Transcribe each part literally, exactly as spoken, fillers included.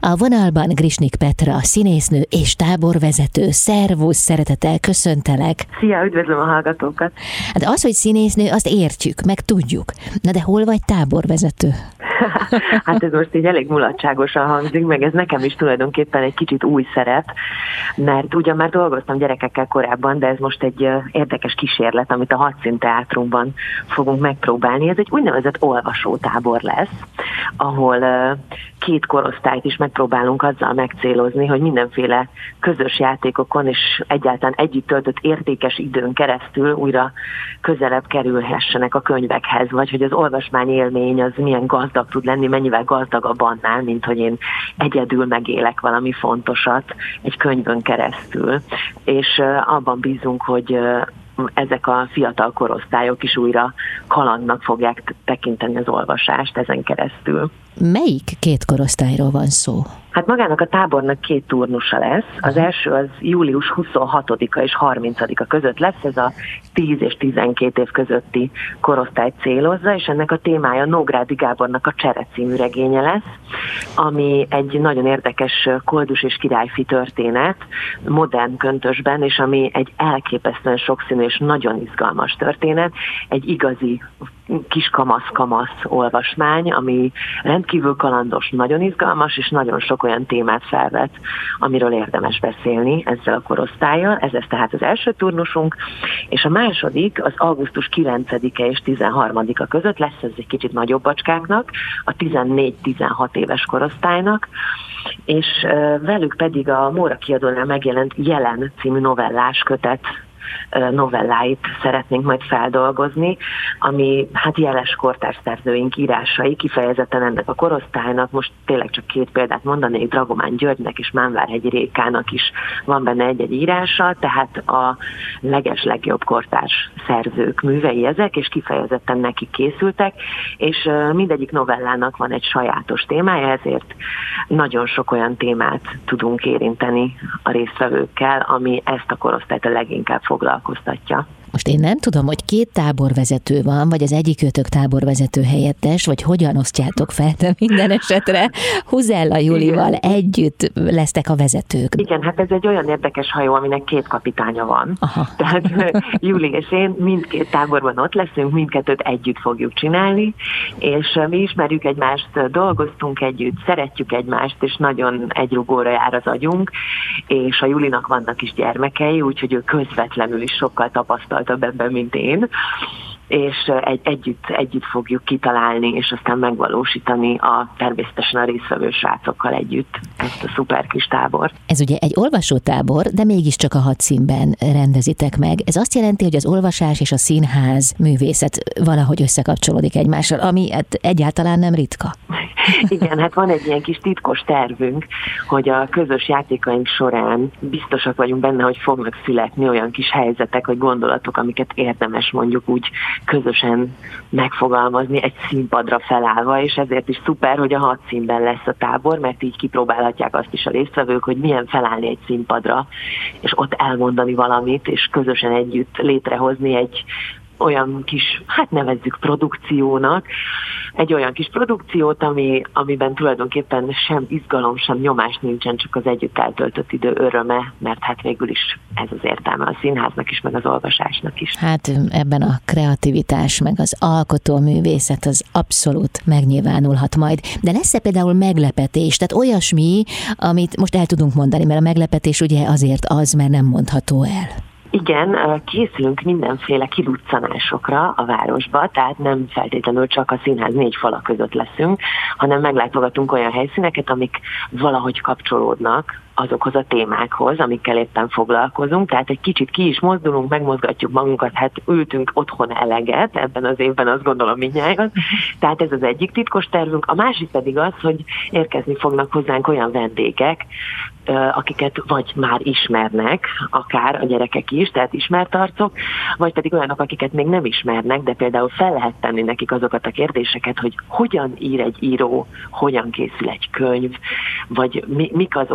A vonalban Grisnik Petra, színésznő és táborvezető. Szervusz, szeretettel köszöntelek. Szia, üdvözlöm a hallgatókat. Hát az, hogy színésznő, azt értjük, meg tudjuk. Na de hol vagy táborvezető? Hát ez most így elég mulatságosan hangzik, meg ez nekem is tulajdonképpen egy kicsit új szerep, mert ugyan már dolgoztam gyerekekkel korábban, de ez most egy érdekes kísérlet, amit a Hadszín Teátrumban fogunk megpróbálni. Ez egy úgynevezett olvasótábor lesz, ahol két korosztályt is megpróbálunk azzal megcélozni, hogy mindenféle közös játékokon és egyáltalán együtt töltött értékes időn keresztül újra közelebb kerülhessenek a könyvekhez, vagy hogy az olvasmány élmény az milyen gazdag tud lenni, mennyivel gazdagabb annál, mint hogy én egyedül megélek valami fontosat egy könyvön keresztül. És abban bízunk, hogy ezek a fiatal korosztályok is újra kalandnak fogják tekinteni az olvasást ezen keresztül. Melyik két korosztályról van szó? Hát magának a tábornak két turnusa lesz. Az első az július huszonhatodika és harmincadika között lesz, ez a tíz és tizenkét év közötti korosztályt célozza, és ennek a témája Nógrádi Gábornak a Csere című regénye lesz, ami egy nagyon érdekes koldus és királyfi történet, modern köntösben, és ami egy elképesztően sokszínű és nagyon izgalmas történet, egy igazi kiskamasz-kamasz olvasmány, ami rendkívül kalandos, nagyon izgalmas, és nagyon sok olyan témát felvet, amiről érdemes beszélni ezzel a korosztállyal. Ez lesz tehát az első turnusunk, és a második az augusztus kilencedike és tizenharmadika között lesz, ez egy kicsit nagyobb bacskáknak, a tizennégy-tizenhat éves korosztálynak, és velük pedig a Móra kiadónál megjelent Jelen című novellás kötet novelláit szeretnénk majd feldolgozni, ami hát jeles kortárs szerzőink írásai, kifejezetten ennek a korosztálynak, most tényleg csak két példát mondanék, Dragomán Györgynek és Mánvárhegyi Rékának is van benne egy-egy írása, tehát a leges-legjobb kortárs szerzők művei ezek, és kifejezetten nekik készültek, és mindegyik novellának van egy sajátos témája, ezért nagyon sok olyan témát tudunk érinteni a résztvevőkkel, ami ezt a korosztályt a leginkább foglalkoztatja. Most én nem tudom, hogy két táborvezető van, vagy az egyikőtök táborvezető helyettes, vagy hogyan osztjátok fel, de minden esetre Huzella Julival igen. együtt lesztek a vezetők. Igen, hát ez egy olyan érdekes hajó, aminek két kapitánya van. Aha. Tehát Juli és én mindkét táborban ott leszünk, mindkettőt együtt fogjuk csinálni, és mi ismerjük egymást, dolgoztunk együtt, szeretjük egymást, és nagyon egy rugóra jár az agyunk, és a Julinak vannak is gyermekei, úgyhogy ő közvetlenül is sokkal tapasztalt ebben, mint én, és egy, együtt, együtt fogjuk kitalálni, és aztán megvalósítani a természetesen a résztvevő srácokkal együtt ezt a szuper kis tábort. Ez ugye egy olvasótábor, de mégiscsak a Hadszínben rendezitek meg. Ez azt jelenti, hogy az olvasás és a színház művészet valahogy összekapcsolódik egymással, ami hát egyáltalán nem ritka. Igen, hát van egy ilyen kis titkos tervünk, hogy a közös játékaink során biztosak vagyunk benne, hogy fognak születni olyan kis helyzetek, vagy gondolatok, amiket érdemes mondjuk úgy közösen megfogalmazni egy színpadra felállva, és ezért is szuper, hogy a Hadszínben lesz a tábor, mert így kipróbálhatják azt is a résztvevők, hogy milyen felállni egy színpadra, és ott elmondani valamit, és közösen együtt létrehozni egy olyan kis, hát nevezzük produkciónak, egy olyan kis produkciót, ami, amiben tulajdonképpen sem izgalom, sem nyomás nincsen, csak az együtt eltöltött idő öröme, mert hát végül is ez az értelme a színháznak is, meg az olvasásnak is. Hát ebben a kreativitás, meg az alkotóművészet az abszolút megnyilvánulhat majd. De lesz-e például meglepetés, tehát olyasmi, amit most el tudunk mondani, mert a meglepetés ugye azért az, mert nem mondható el. Igen, készülünk mindenféle kiruccanásokra a városba, tehát nem feltétlenül csak a színház négy fala között leszünk, hanem meglátogatunk olyan helyszíneket, amik valahogy kapcsolódnak azokhoz a témákhoz, amikkel éppen foglalkozunk, tehát egy kicsit ki is mozdulunk, megmozgatjuk magunkat, hát ültünk otthon eleget, ebben az évben azt gondolom mindnyájan, tehát ez az egyik titkos tervünk, a másik pedig az, hogy érkezni fognak hozzánk olyan vendégek, akiket vagy már ismernek, akár a gyerekek is, tehát ismert arcok, vagy pedig olyanok, akiket még nem ismernek, de például fel lehet tenni nekik azokat a kérdéseket, hogy hogyan ír egy író, hogyan készül egy könyv, vagy mi, mik azok a titkok,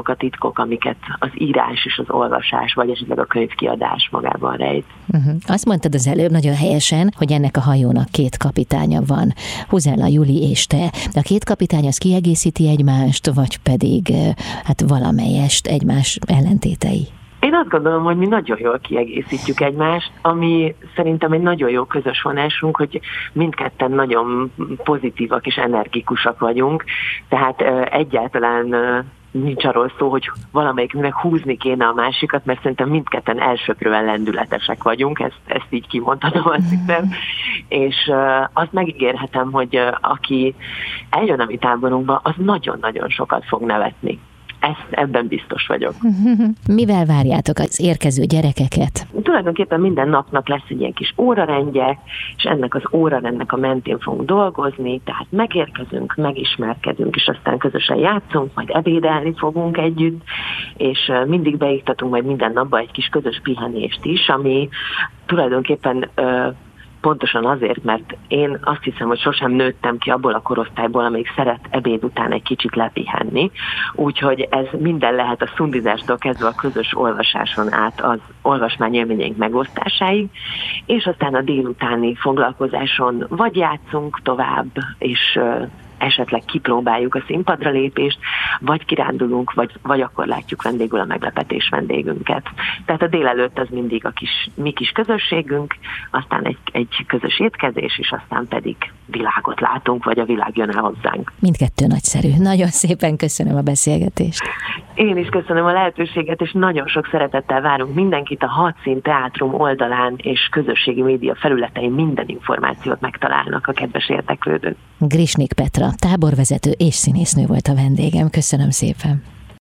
titkok, amiket az írás és az olvasás, vagy esetleg a könyvkiadás magában rejt. Uh-huh. Azt mondtad az előbb nagyon helyesen, hogy ennek a hajónak két kapitánya van, Huzella Juli és te. De a két kapitány az kiegészíti egymást, vagy pedig hát valamelyest egymás ellentétei? Én azt gondolom, hogy mi nagyon jól kiegészítjük egymást, ami szerintem egy nagyon jó közös vonásunk, hogy mindketten nagyon pozitívak és energikusak vagyunk, tehát egyáltalán nincs arról szó, hogy valamelyiknek húzni kéne a másikat, mert szerintem mindketten elsöprően lendületesek vagyunk, ezt, ezt így kimondhatom, azt hiszem. És uh, azt megígérhetem, hogy uh, aki eljön a mi táborunkba, az nagyon-nagyon sokat fog nevetni. Ezt, ebben biztos vagyok. Mivel várjátok az érkező gyerekeket? Tulajdonképpen minden napnak lesz egy ilyen kis órarendje, és ennek az órarendnek a mentén fogunk dolgozni, tehát megérkezünk, megismerkedünk, és aztán közösen játszunk, majd ebédelni fogunk együtt, és mindig beiktatunk majd minden napba egy kis közös pihenést is, ami tulajdonképpen pontosan azért, mert én azt hiszem, hogy sosem nőttem ki abból a korosztályból, amelyik szeret ebéd után egy kicsit lepihenni. Úgyhogy ez minden lehet a szundizástól kezdve a közös olvasáson át az olvasmányélményeink megosztásáig, és aztán a délutáni foglalkozáson vagy játszunk tovább, és esetleg kipróbáljuk a színpadra lépést, vagy kirándulunk, vagy, vagy akkor látjuk vendégül a meglepetés vendégünket. Tehát a délelőtt az mindig a kis, mi kis közösségünk, aztán egy, egy közös étkezés, és aztán pedig világot látunk, vagy a világ jön el hozzánk. Mindkettő nagyszerű. Nagyon szépen köszönöm a beszélgetést. Én is köszönöm a lehetőséget, és nagyon sok szeretettel várunk mindenkit a Hadszín Teátrum oldalán és közösségi média felületein. Minden információt megtalálnak a kedves érdeklődők. Grisnik Petra, táborvezető és színésznő volt a vendégem. Köszönöm szépen.